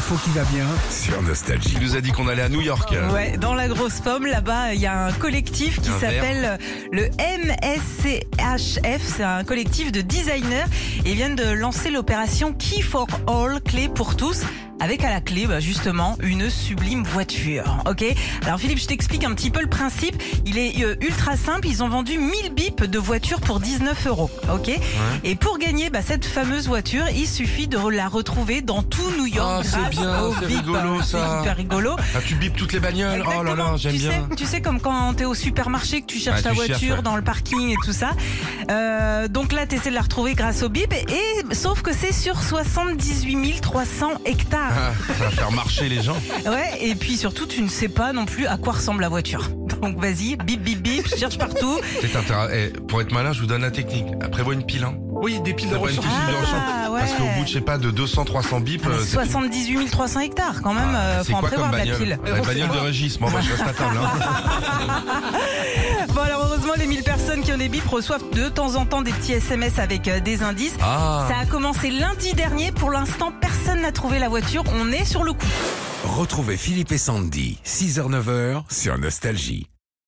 L'info qui va bien. Sur Nostalgie. Il nous a dit qu'on allait à New York. Ouais, dans la grosse pomme, là-bas, il y a un collectif qui Un s'appelle le MSCHF. C'est un collectif de designers et ils viennent de lancer l'opération Key for All, clé pour tous. Avec à la clé, justement, une sublime voiture. Ok. Alors Philippe, je t'explique un petit peu le principe. Il est ultra simple. Ils ont vendu 1000 bips de voitures pour 19 €. Ok. Ouais. Et pour gagner cette fameuse voiture, il suffit de la retrouver dans tout New York. Ah, c'est grâce bien, au c'est bip. rigolo, ça. C'est super rigolo. Ah, tu bipes toutes les bagnoles. Oh là là, Exactement. j'aime tu bien. Sais, tu sais, comme quand t'es au supermarché, que tu cherches Ah, ta tu voiture cherches, ouais. dans le parking et tout ça. Donc là, t'essaies de la retrouver grâce au bip. Sauf que c'est sur 78 300 hectares. Ah, ça va faire marcher les gens. Ouais, et puis surtout, tu ne sais pas non plus à quoi ressemble la voiture. Donc vas-y, bip, bip, bip, cherche partout. C'est intéressant. Pour être malin, je vous donne la technique. Prévois une pile. Oui, des piles de Prévois une rechange. petite pile de rechange. ouais. Parce qu'au bout de, je sais pas, de 200-300 bips. c'est 78 300 hectares quand même, c'est faut en quoi comme prévoir de la bagnole? pile. La bagnole de Régis. Bon, moi je reste à table. Bon alors heureusement les 1000 personnes qui ont des bips reçoivent de temps en temps des petits SMS avec des indices. Ah. Ça a commencé lundi dernier, pour l'instant personne n'a trouvé la voiture, on est sur le coup. Retrouvez Philippe et Sandy, 6h-9h sur Nostalgie.